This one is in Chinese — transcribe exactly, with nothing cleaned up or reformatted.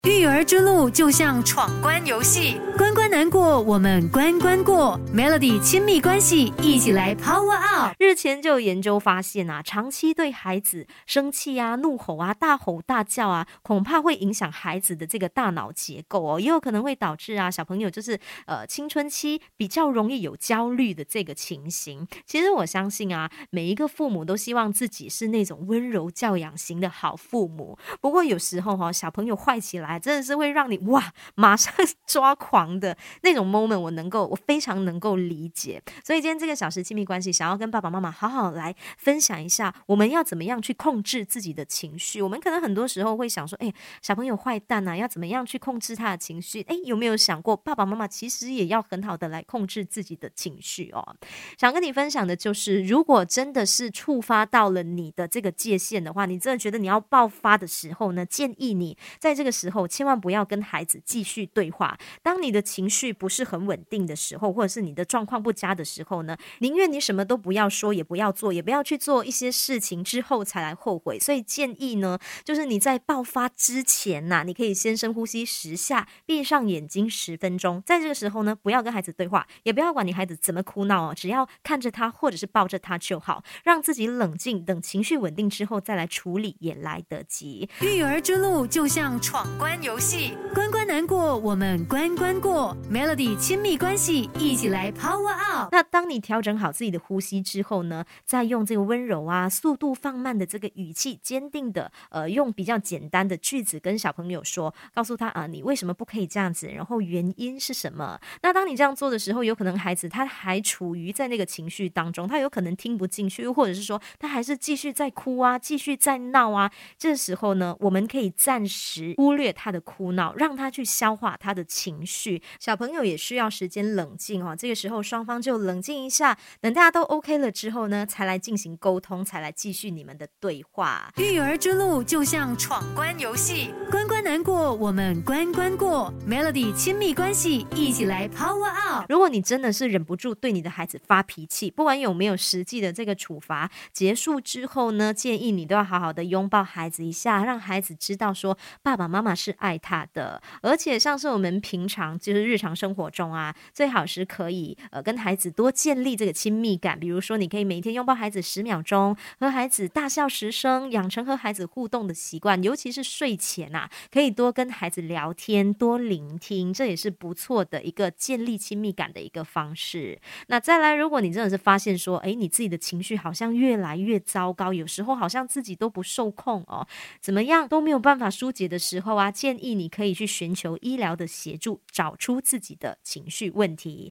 育儿之路就像闯关游戏，关关难过，我们关关过。Melody 亲密关系，一起来 Power Up。 日前就有研究发现啊，长期对孩子生气啊、怒吼啊、大吼大叫啊，恐怕会影响孩子的这个大脑结构哦，也有可能会导致啊小朋友就是呃青春期比较容易有焦虑的这个情形。其实我相信啊，每一个父母都希望自己是那种温柔教养型的好父母，不过有时候哈、哦，小朋友坏起来。真的是会让你哇马上抓狂的那种 moment， 我能够我非常能够理解。所以今天这个小时亲密关系，想要跟爸爸妈妈好好来分享一下，我们要怎么样去控制自己的情绪。我们可能很多时候会想说，哎，小朋友坏蛋啊，要怎么样去控制他的情绪？哎，有没有想过，爸爸妈妈其实也要很好的来控制自己的情绪哦？想跟你分享的就是，如果真的是触发到了你的这个界限的话，你真的觉得你要爆发的时候呢，建议你在这个时候千万不要跟孩子继续对话。当你的情绪不是很稳定的时候，或者是你的状况不佳的时候呢，宁愿你什么都不要说，也不要做，也不要去做一些事情之后才来后悔。所以建议呢，就是你在爆发之前呐、啊，你可以先深呼吸十下，闭上眼睛十分钟。在这个时候呢，不要跟孩子对话，也不要管你孩子怎么哭闹哦，只要看着他或者是抱着他就好，让自己冷静，等情绪稳定之后再来处理也来得及。 育儿之路就像闯关游戏，关关难过，我们关关过。Melody 亲密关系，一起来 Power Up。 那当你调整好自己的呼吸之后呢，再用这个温柔啊、速度放慢的这个语气，坚定的呃，用比较简单的句子跟小朋友说，告诉他啊、呃，你为什么不可以这样子，然后原因是什么？那当你这样做的时候，有可能孩子他还处于在那个情绪当中，他有可能听不进去，或者是说他还是继续在哭啊，继续在闹啊。这时候呢，我们可以暂时忽略他的哭闹，让他去消化他的情绪。小朋友也需要时间冷静哦，这个时候双方就冷静一下，等大家都 OK 了之后呢，才来进行沟通，才来继续你们的对话。 育儿之路就像闯关游戏，关关难过，我们关关过。Melody 亲密关系，一起来 Power Up。 如果你真的是忍不住对你的孩子发脾气，不管有没有实际的这个处罚，结束之后呢，建议你都要好好的拥抱孩子一下，让孩子知道说爸爸妈妈是爱他的。而且像是我们平常就是日常生活中啊，最好是可以呃跟孩子多建立这个亲密感。比如说你可以每天拥抱孩子十秒钟，和孩子大笑十声，养成和孩子互动的习惯。尤其是睡前啊，可以多跟孩子聊天，多聆听，这也是不错的一个建立亲密感的一个方式。那再来，如果你真的是发现说，哎，你自己的情绪好像越来越糟糕，有时候好像自己都不受控哦，怎么样都没有办法疏解的时候啊，建议你可以去寻求医疗的协助，找出自己的情绪问题。